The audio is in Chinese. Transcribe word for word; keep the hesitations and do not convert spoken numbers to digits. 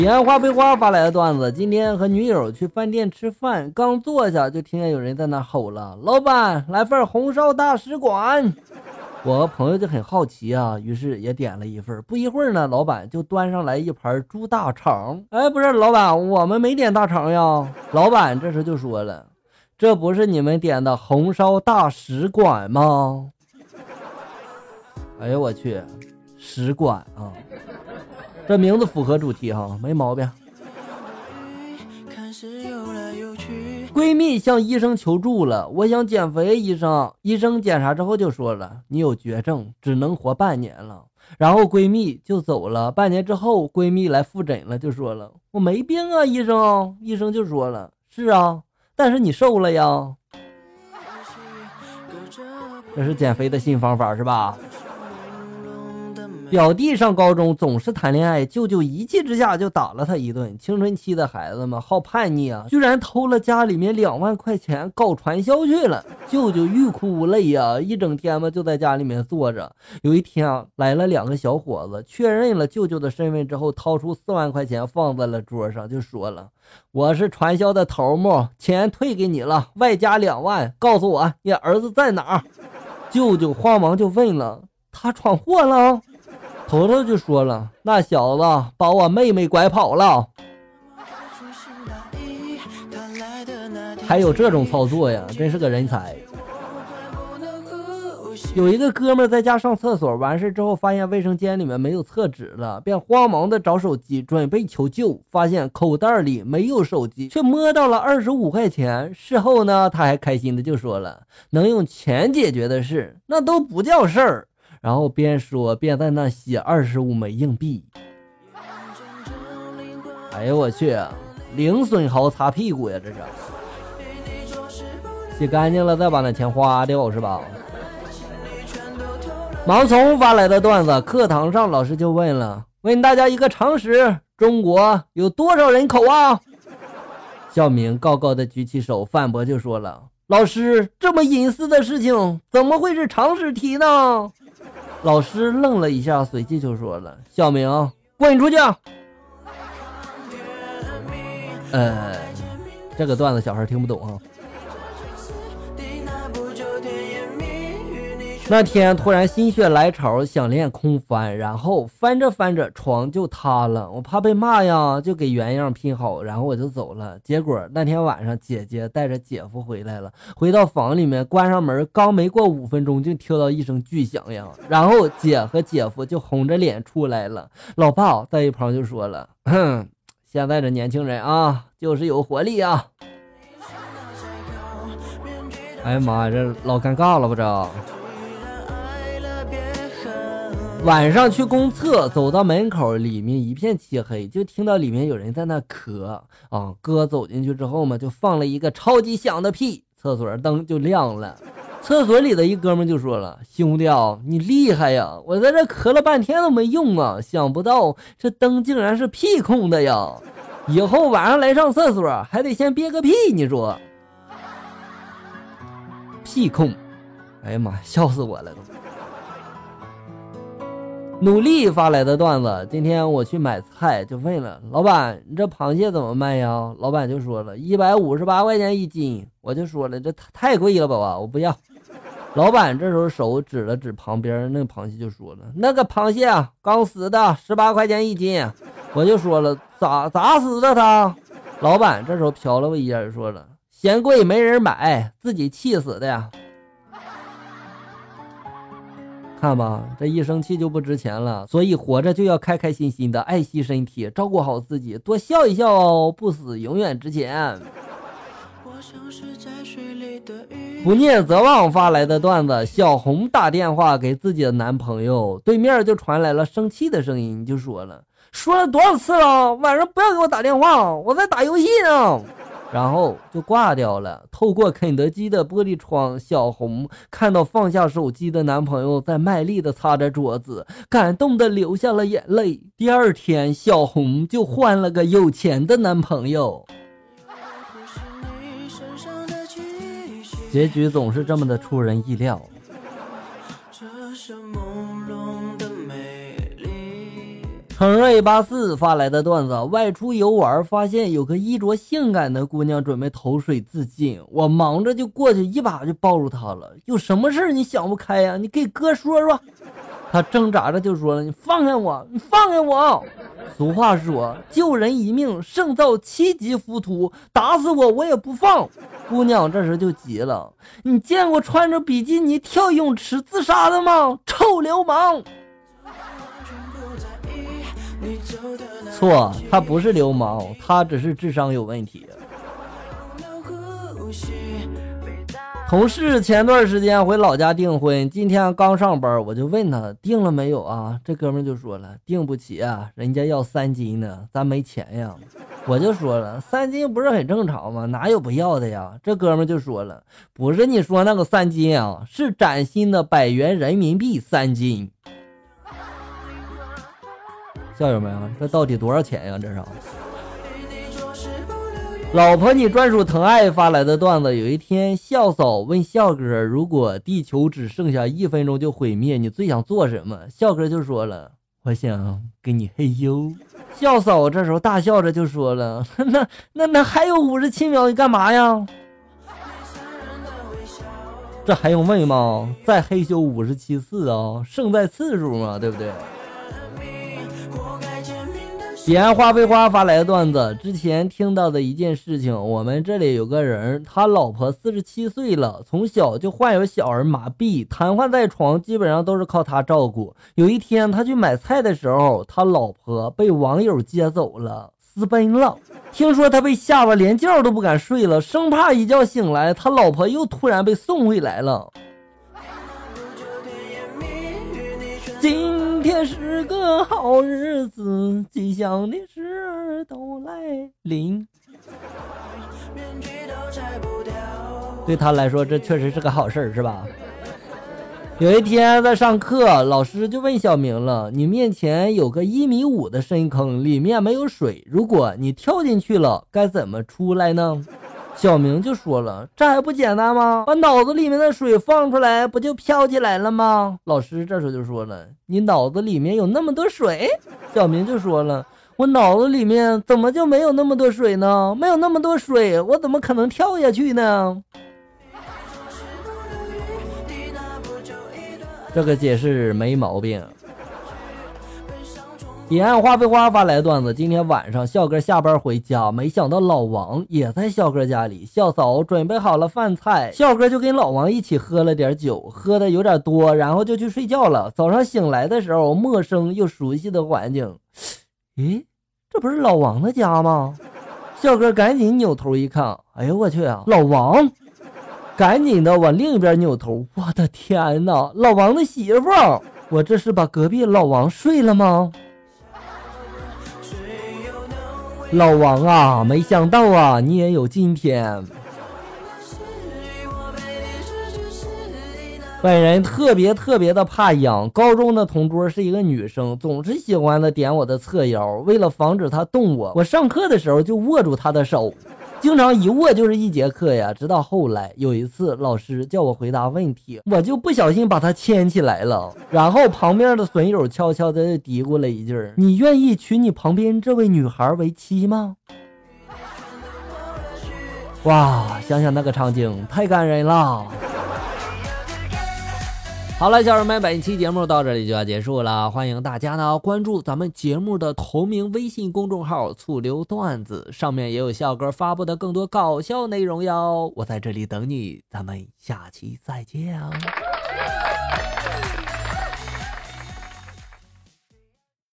彼岸花飞花发来的段子，今天和女友去饭店吃饭，刚坐下就听见有人在那吼了，老板来份红烧大使馆。我和朋友就很好奇啊，于是也点了一份。不一会儿呢，老板就端上来一盘猪大肠。哎，不是老板，我们没点大肠呀。老板这时就说了，这不是你们点的红烧大使馆吗？哎呦我去，使馆啊，这名字符合主题哈，没毛病。闺蜜向医生求助了，我想减肥，医生医生检查之后就说了，你有绝症，只能活半年了。然后闺蜜就走了。半年之后，闺蜜来复诊了，就说了，我没病啊，医生。医生就说了，是啊，但是你瘦了呀。这是减肥的新方法是吧？表弟上高中总是谈恋爱，舅舅一气之下就打了他一顿。青春期的孩子们好叛逆啊，居然偷了家里面两万块钱搞传销去了。舅舅欲哭无泪啊，一整天嘛就在家里面坐着。有一天啊，来了两个小伙子，确认了舅舅的身份之后，掏出四万块钱放在了桌上，就说了，我是传销的头目，钱退给你了，外加两万，告诉我你儿子在哪儿。舅舅慌忙就问了，他闯祸了？头头就说了，那小子把我妹妹拐跑了。还有这种操作呀，真是个人才。有一个哥们在家上厕所，完事之后发现卫生间里面没有厕纸了，便慌忙的找手机准备求救，发现口袋里没有手机，却摸到了二十五块钱。事后呢，他还开心的就说了，能用钱解决的事那都不叫事儿。然后边说边在那洗二十五枚硬币。哎呦我去，零损耗擦屁股呀，这是洗干净了再把那钱花掉是吧？盲从发来的段子，课堂上老师就问了，问大家一个常识，中国有多少人口啊？小明高高的举起手反驳就说了，老师，这么隐私的事情怎么会是常识题呢？老师愣了一下，随即就说了，小明滚出去。呃这个段子小孩听不懂啊。那天突然心血来潮想练空翻，然后翻着翻着床就塌了，我怕被骂呀，就给原样拼好，然后我就走了。结果那天晚上姐姐带着姐夫回来了，回到房里面关上门，刚没过五分钟就听到一声巨响呀，然后姐和姐夫就红着脸出来了。老爸在一旁就说了，哼，现在这年轻人啊就是有活力啊。哎呀妈呀，这老尴尬了吧这。晚上去公厕，走到门口，里面一片漆黑，就听到里面有人在那咳啊。哥走进去之后嘛，就放了一个超级响的屁，厕所灯就亮了。厕所里的一哥们就说了，兄弟啊，你厉害呀，我在这咳了半天都没用啊，想不到这灯竟然是屁控的呀，以后晚上来上厕所还得先憋个屁，你说屁控，哎呀妈，笑死我了都。努力发来的段子，今天我去买菜就问了老板，你这螃蟹怎么卖呀？老板就说了一百五十八块钱一斤。我就说了这太贵了吧，我不要。老板这时候手指了指旁边那个螃蟹就说了，那个螃蟹啊刚死的，十八块钱一斤。我就说了咋咋死的他？老板这时候瞟了我一眼说了，嫌贵没人买，自己气死的呀。看吧，这一生气就不值钱了，所以活着就要开开心心的，爱惜身体，照顾好自己，多笑一笑哦，不死永远值钱。不念则忘发来的段子，小红打电话给自己的男朋友，对面就传来了生气的声音，就说了，说了多少次了，晚上不要给我打电话，我在打游戏呢。然后就挂掉了。透过肯德基的玻璃窗，小红看到放下手机的男朋友在卖力的擦着桌子，感动的流下了眼泪。第二天，小红就换了个有钱的男朋友。结局总是这么的出人意料。 程瑞八四发来的段子：外出游玩，发现有个衣着性感的姑娘准备投水自尽，我忙着就过去一把就抱住她了。有什么事你想不开呀、啊？你给哥说说。她挣扎着就说了：你放开我，你放开我。俗话说，救人一命胜造七级浮屠，打死我我也不放。姑娘这时就急了：你见过穿着比基尼跳泳池自杀的吗？臭流氓！错，他不是流氓，他只是智商有问题。同事前段时间回老家订婚，今天刚上班，我就问他订了没有啊？这哥们就说了，订不起啊，人家要三斤呢，咱没钱呀。我就说了，三斤不是很正常吗？哪有不要的呀？这哥们就说了，不是你说那个三斤啊，是崭新的百元人民币三斤。校友们啊，这到底多少钱呀？这是老婆你专属疼爱发来的段子。有一天校嫂问校哥，如果地球只剩下一分钟就毁灭，你最想做什么？校哥就说了，我想跟你嘿呦。校嫂这时候大笑着就说了，那那那还有五十七秒你干嘛呀？这还用问吗？再嘿咻五十七次啊，胜在次数嘛，对不对？彼岸花非花发来的段子，之前听到的一件事情，我们这里有个人，他老婆四十七岁了，从小就患有小儿麻痹，瘫痪在床，基本上都是靠他照顾。有一天他去买菜的时候，他老婆被网友接走了，私奔了。听说他被吓得连觉都不敢睡了，生怕一觉醒来他老婆又突然被送回来了。今天是个好日子，吉祥的事儿都来临。对他来说这确实是个好事是吧？有一天在上课，老师就问小明了，你面前有个一米五的深坑，里面没有水，如果你跳进去了该怎么出来呢？小明就说了，这还不简单吗？把脑子里面的水放出来不就飘起来了吗？老师这时候就说了，你脑子里面有那么多水？小明就说了，我脑子里面怎么就没有那么多水呢？没有那么多水我怎么可能跳下去呢？这个解释没毛病。彼岸花非花发来段子，今天晚上笑哥下班回家，没想到老王也在笑哥家里，笑嫂准备好了饭菜，笑哥就跟老王一起喝了点酒，喝的有点多，然后就去睡觉了。早上醒来的时候，陌生又熟悉的环境，咦，这不是老王的家吗？笑哥赶紧扭头一看，哎呦我去啊，老王！赶紧的往另一边扭头，我的天哪，老王的媳妇儿！我这是把隔壁老王睡了吗？老王啊，没想到啊，你也有今天。本人特别特别的怕痒，高中的同桌是一个女生，总是喜欢的点我的侧腰，为了防止她动我，我上课的时候就握住她的手，经常一握就是一节课呀。直到后来有一次老师叫我回答问题，我就不小心把她牵起来了，然后旁边的损友悄悄的嘀咕了一句，你愿意娶你旁边这位女孩为妻吗？哇，想想那个场景太感人了。好了，小人们，本期节目到这里就要结束了，欢迎大家呢关注咱们节目的同名微信公众号醋溜段子，上面也有笑哥发布的更多搞笑内容哟，我在这里等你，咱们下期再见啊。